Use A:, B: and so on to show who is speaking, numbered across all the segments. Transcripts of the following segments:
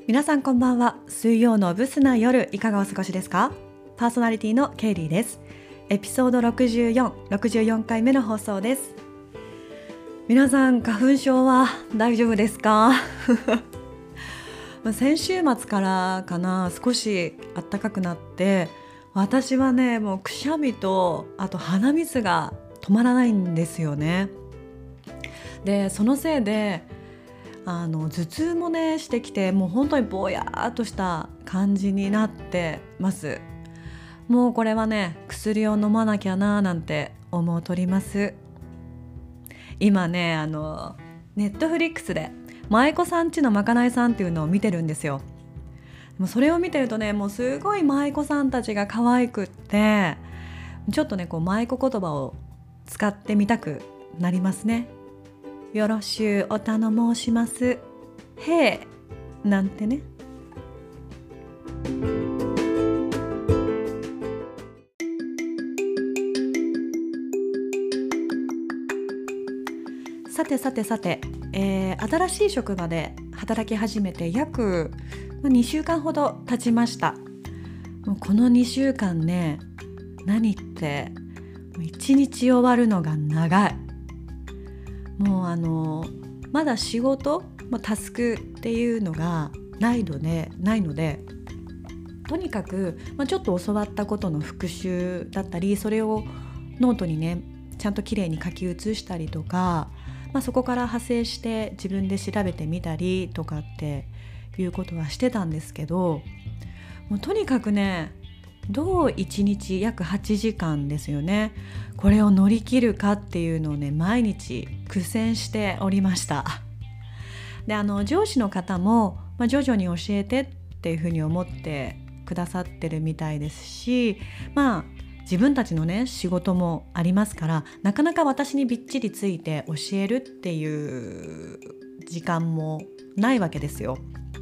A: 皆さんこんばんは。水曜のブスな夜いかがお過ごしですか？パーソナリティのケイリーです。エピソード64回目の放送です。皆さん花粉症は大丈夫ですか？先週末からかな、少し暖かくなって、私はねもうくしゃみとあと鼻水が止まらないんですよね。でそのせいで頭痛もねしてきて、もう本当にぼやーっとした感じになってます。もうこれはね薬を飲まなきゃなーなんて思うとります。今ねネットフリックスで舞妓さんちのまかないさんっていうのを見てるんですよ。もうそれを見てるとね、もうすごい舞妓さんたちが可愛くって、ちょっとねこう舞妓言葉を使ってみたくなりますね。よろしゅうお頼申します。へえなんてね。さて、新しい職場で働き始めて約2週間ほど経ちました。もうこの2週間ね、何って1日終わるのが長い。もうまだ仕事、タスクっていうのがないので、とにかく、ちょっと教わったことの復習だったり、それをノートにねちゃんときれいに書き写したりとか、そこから派生して自分で調べてみたりとかっていうことはしてたんですけど、もうとにかくね、どう1日約8時間ですよね、これを乗り切るかっていうのをね毎日苦戦しておりました。で上司の方も、徐々に教えてっていうふうに思ってくださってるみたいですし、自分たちのね仕事もありますから、なかなか私にびっちりついて教えるっていう時間もないわけですよ。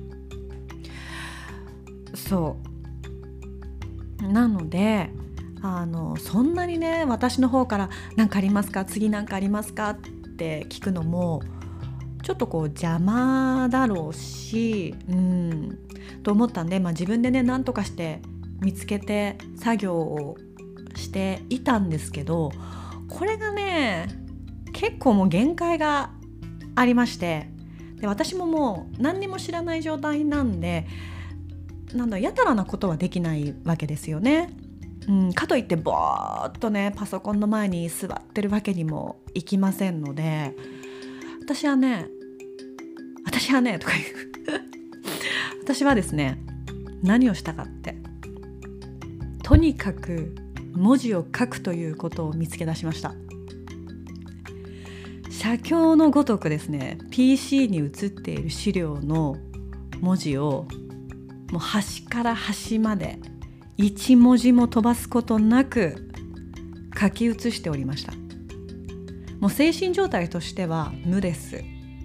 A: そうなのでそんなにね私の方から何かありますか、次何かありますかって聞くのもちょっとこう邪魔だろうし、と思ったんで、自分でね何とかして見つけて作業をしていたんですけど、これがね結構もう限界がありまして、で私ももう何にも知らない状態なんで、やたらなことはできないわけですよね。かといってぼーっとねパソコンの前に座ってるわけにもいきませんので、私はねとか言う私はですね、何をしたかって、とにかく文字を書くということを見つけ出しました。写経のごとくですね、 PC に写っている資料の文字をもう端から端まで一文字も飛ばすことなく書き写しておりました。もう精神状態としては無です。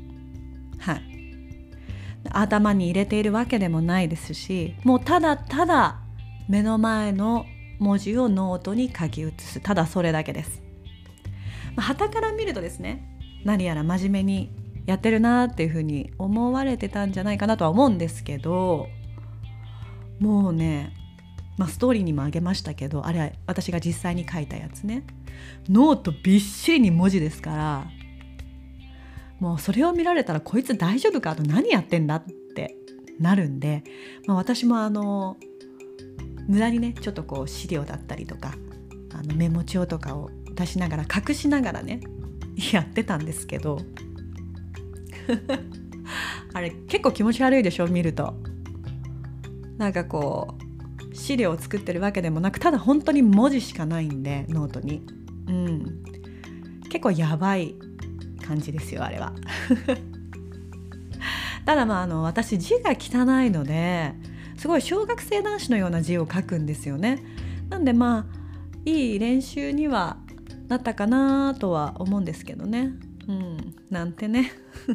A: 頭に入れているわけでもないですし、もうただただ目の前の文字をノートに書き写す、ただそれだけです。傍から見るとですね、何やら真面目にやってるなっていうふうに思われてたんじゃないかなとは思うんですけど、もうね、ストーリーにもあげましたけど、あれは私が実際に書いたやつね、ノートびっしりに文字ですから、もうそれを見られたらこいつ大丈夫か、あと何やってんだってなるんで、私も無駄にねちょっとこう資料だったりとかメモ帳とかを出しながら隠しながらねやってたんですけどあれ結構気持ち悪いでしょ、見ると。こう資料を作ってるわけでもなく、ただ本当に文字しかないんでノートに、結構やばい感じですよあれは。ただ私字が汚いので、すごい小学生男子のような字を書くんですよね。なんでいい練習にはなったかなとは思うんですけどね。なんてね。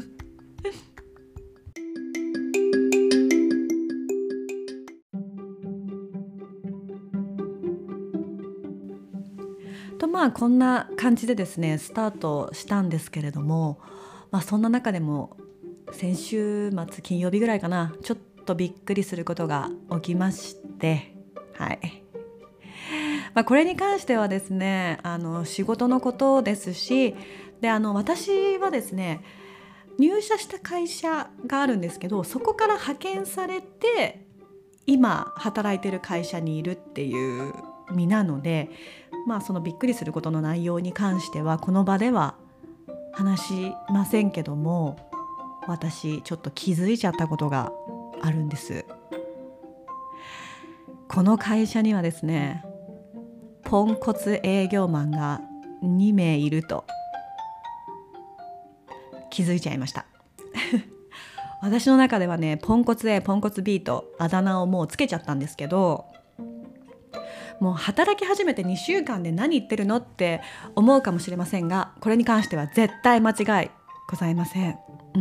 A: とこんな感じでですねスタートしたんですけれども、そんな中でも先週末金曜日ぐらいかな、ちょっとびっくりすることが起きまして、はい。これに関してはですね、仕事のことですし、で私はですね、入社した会社があるんですけど、そこから派遣されて今働いてる会社にいるっていう身なので、そのびっくりすることの内容に関してはこの場では話しませんけども、私ちょっと気づいちゃったことがあるんです。この会社にはですね、ポンコツ営業マンが2名いると気づいちゃいました私の中ではね、ポンコツ A ポンコツ B とあだ名をもうつけちゃったんですけど、もう働き始めて2週間で何言ってるのって思うかもしれませんが、これに関しては絶対間違いございません。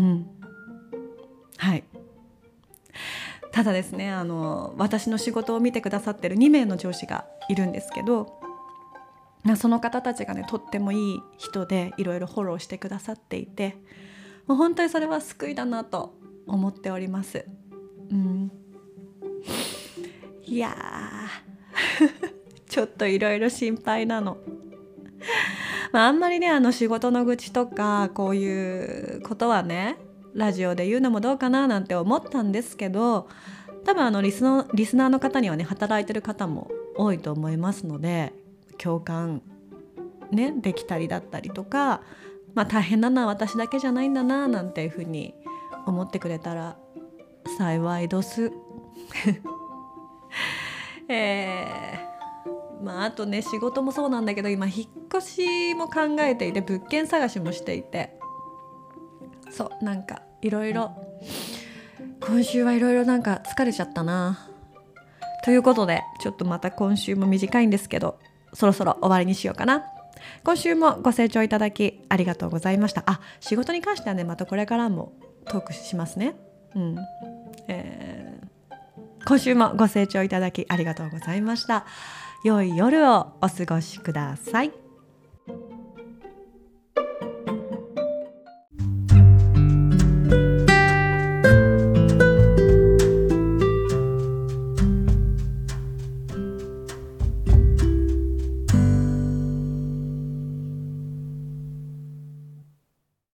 A: はい。ただですね、私の仕事を見てくださってる2名の上司がいるんですけど、その方たちがね、とってもいい人でいろいろフォローしてくださっていて、もう本当にそれは救いだなと思っております。いやちょっといろいろ心配なの。あんまりね、仕事の愚痴とかこういうことはね、ラジオで言うのもどうかななんて思ったんですけど、多分リスナーの方にはね、働いてる方も多いと思いますので、共感ねできたりだったりとか、大変なのは私だけじゃないんだななんていうふうに思ってくれたら幸いどすあとね、仕事もそうなんだけど、今引っ越しも考えていて、物件探しもしていて、そうなんかいろいろ今週はいろいろなんか疲れちゃったなということで、ちょっとまた今週も短いんですけど、そろそろ終わりにしようかな。今週もご清聴いただきありがとうございました。仕事に関してはね、またこれからもトークしますね。今週もご清聴いただきありがとうございました。良い夜をお過ごしください。